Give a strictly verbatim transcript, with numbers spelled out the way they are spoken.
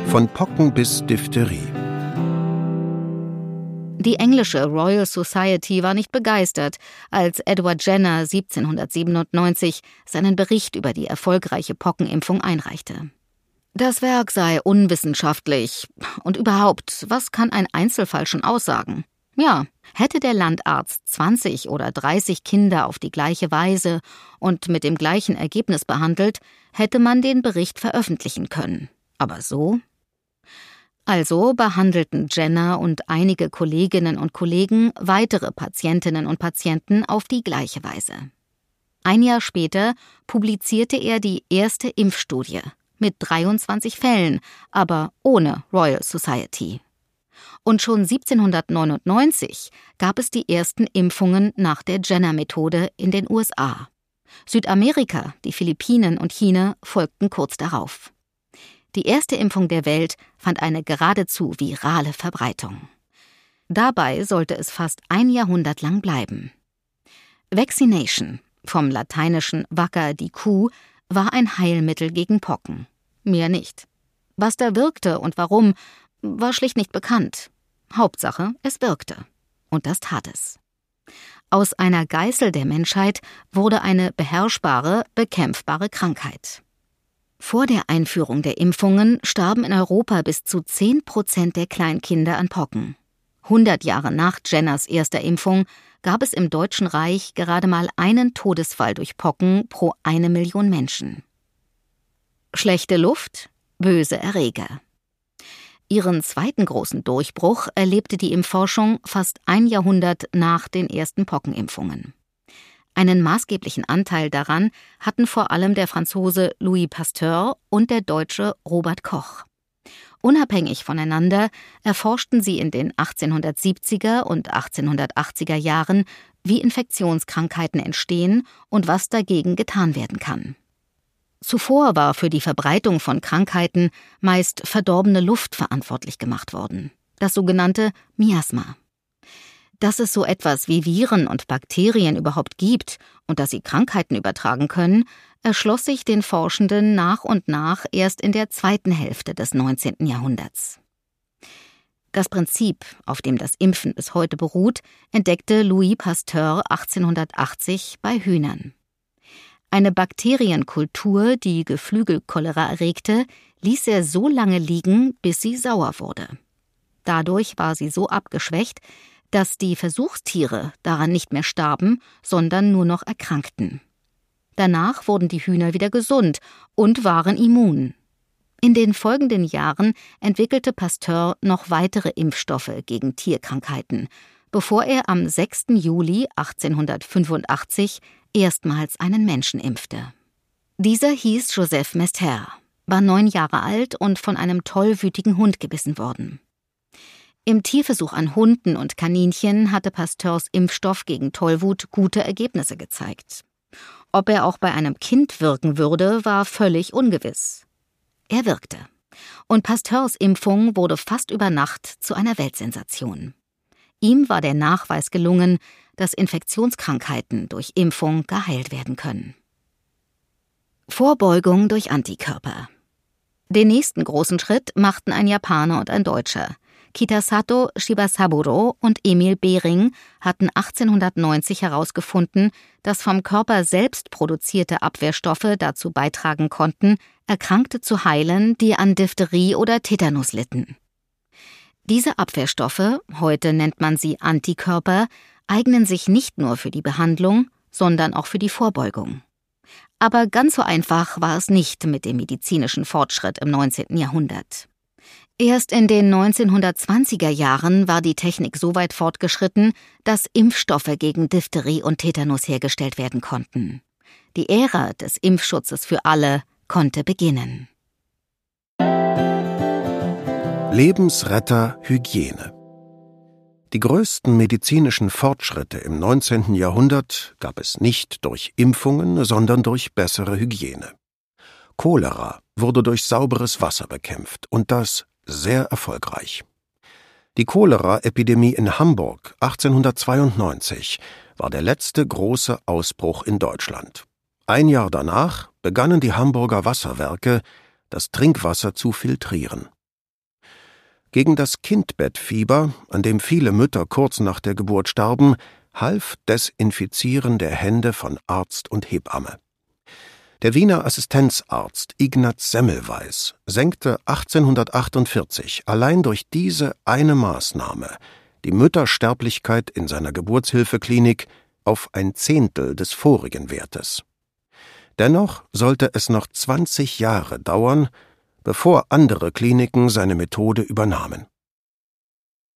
Von Pocken bis Diphtherie. Die englische Royal Society war nicht begeistert, als Edward Jenner siebzehnhundertsiebenundneunzig seinen Bericht über die erfolgreiche Pockenimpfung einreichte. Das Werk sei unwissenschaftlich. Und überhaupt, was kann ein Einzelfall schon aussagen? Ja, hätte der Landarzt zwanzig oder dreißig Kinder auf die gleiche Weise und mit dem gleichen Ergebnis behandelt, hätte man den Bericht veröffentlichen können. Aber so? Also behandelten Jenner und einige Kolleginnen und Kollegen weitere Patientinnen und Patienten auf die gleiche Weise. Ein Jahr später publizierte er die erste Impfstudie mit dreiundzwanzig Fällen, aber ohne Royal Society. Und schon siebzehnhundertneunundneunzig gab es die ersten Impfungen nach der Jenner-Methode in den U S A. Südamerika, die Philippinen und China folgten kurz darauf. Die erste Impfung der Welt fand eine geradezu virale Verbreitung. Dabei sollte es fast ein Jahrhundert lang bleiben. Vaccination, vom lateinischen vacca die Kuh, war ein Heilmittel gegen Pocken. Mehr nicht. Was da wirkte und warum, war schlicht nicht bekannt. Hauptsache, es wirkte. Und das tat es. Aus einer Geißel der Menschheit wurde eine beherrschbare, bekämpfbare Krankheit. Vor der Einführung der Impfungen starben in Europa bis zu zehn Prozent der Kleinkinder an Pocken. hundert Jahre nach Jenners erster Impfung gab es im Deutschen Reich gerade mal einen Todesfall durch Pocken pro eine Million Menschen. Schlechte Luft, böse Erreger. Ihren zweiten großen Durchbruch erlebte die Impfforschung fast ein Jahrhundert nach den ersten Pockenimpfungen. Einen maßgeblichen Anteil daran hatten vor allem der Franzose Louis Pasteur und der Deutsche Robert Koch. Unabhängig voneinander erforschten sie in den achtzehnhundertsiebziger und achtzehnhundertachtziger Jahren, wie Infektionskrankheiten entstehen und was dagegen getan werden kann. Zuvor war für die Verbreitung von Krankheiten meist verdorbene Luft verantwortlich gemacht worden, das sogenannte Miasma. Dass es so etwas wie Viren und Bakterien überhaupt gibt und dass sie Krankheiten übertragen können, erschloss sich den Forschenden nach und nach erst in der zweiten Hälfte des neunzehnten Jahrhunderts. Das Prinzip, auf dem das Impfen bis heute beruht, entdeckte Louis Pasteur achtzehnhundertachtzig bei Hühnern. Eine Bakterienkultur, die Geflügelcholera erregte, ließ er so lange liegen, bis sie sauer wurde. Dadurch war sie so abgeschwächt, dass die Versuchstiere daran nicht mehr starben, sondern nur noch erkrankten. Danach wurden die Hühner wieder gesund und waren immun. In den folgenden Jahren entwickelte Pasteur noch weitere Impfstoffe gegen Tierkrankheiten, bevor er am sechsten Juli achtzehnhundertfünfundachtzig erstmals einen Menschen impfte. Dieser hieß Joseph Mester, war neun Jahre alt und von einem tollwütigen Hund gebissen worden. Im Tierversuch an Hunden und Kaninchen hatte Pasteurs Impfstoff gegen Tollwut gute Ergebnisse gezeigt. Ob er auch bei einem Kind wirken würde, war völlig ungewiss. Er wirkte. Und Pasteurs Impfung wurde fast über Nacht zu einer Weltsensation. Ihm war der Nachweis gelungen, dass Infektionskrankheiten durch Impfung geheilt werden können. Vorbeugung durch Antikörper. Den nächsten großen Schritt machten ein Japaner und ein Deutscher. Kitasato Shibasaburo und Emil Behring hatten achtzehnhundertneunzig herausgefunden, dass vom Körper selbst produzierte Abwehrstoffe dazu beitragen konnten, Erkrankte zu heilen, die an Diphtherie oder Tetanus litten. Diese Abwehrstoffe, heute nennt man sie Antikörper, eignen sich nicht nur für die Behandlung, sondern auch für die Vorbeugung. Aber ganz so einfach war es nicht mit dem medizinischen Fortschritt im neunzehnten Jahrhundert. Erst in den neunzehnhundertzwanziger Jahren war die Technik so weit fortgeschritten, dass Impfstoffe gegen Diphtherie und Tetanus hergestellt werden konnten. Die Ära des Impfschutzes für alle konnte beginnen. Lebensretter Hygiene. Die größten medizinischen Fortschritte im neunzehnten Jahrhundert gab es nicht durch Impfungen, sondern durch bessere Hygiene. Cholera wurde durch sauberes Wasser bekämpft und das sehr erfolgreich. Die Cholera-Epidemie in Hamburg achtzehnhundertzweiundneunzig war der letzte große Ausbruch in Deutschland. Ein Jahr danach begannen die Hamburger Wasserwerke, das Trinkwasser zu filtrieren. Gegen das Kindbettfieber, an dem viele Mütter kurz nach der Geburt starben, half Desinfizieren der Hände von Arzt und Hebamme. Der Wiener Assistenzarzt Ignaz Semmelweis senkte achtzehnhundertachtundvierzig allein durch diese eine Maßnahme die Müttersterblichkeit in seiner Geburtshilfeklinik auf ein Zehntel des vorigen Wertes. Dennoch sollte es noch zwanzig Jahre dauern, bevor andere Kliniken seine Methode übernahmen.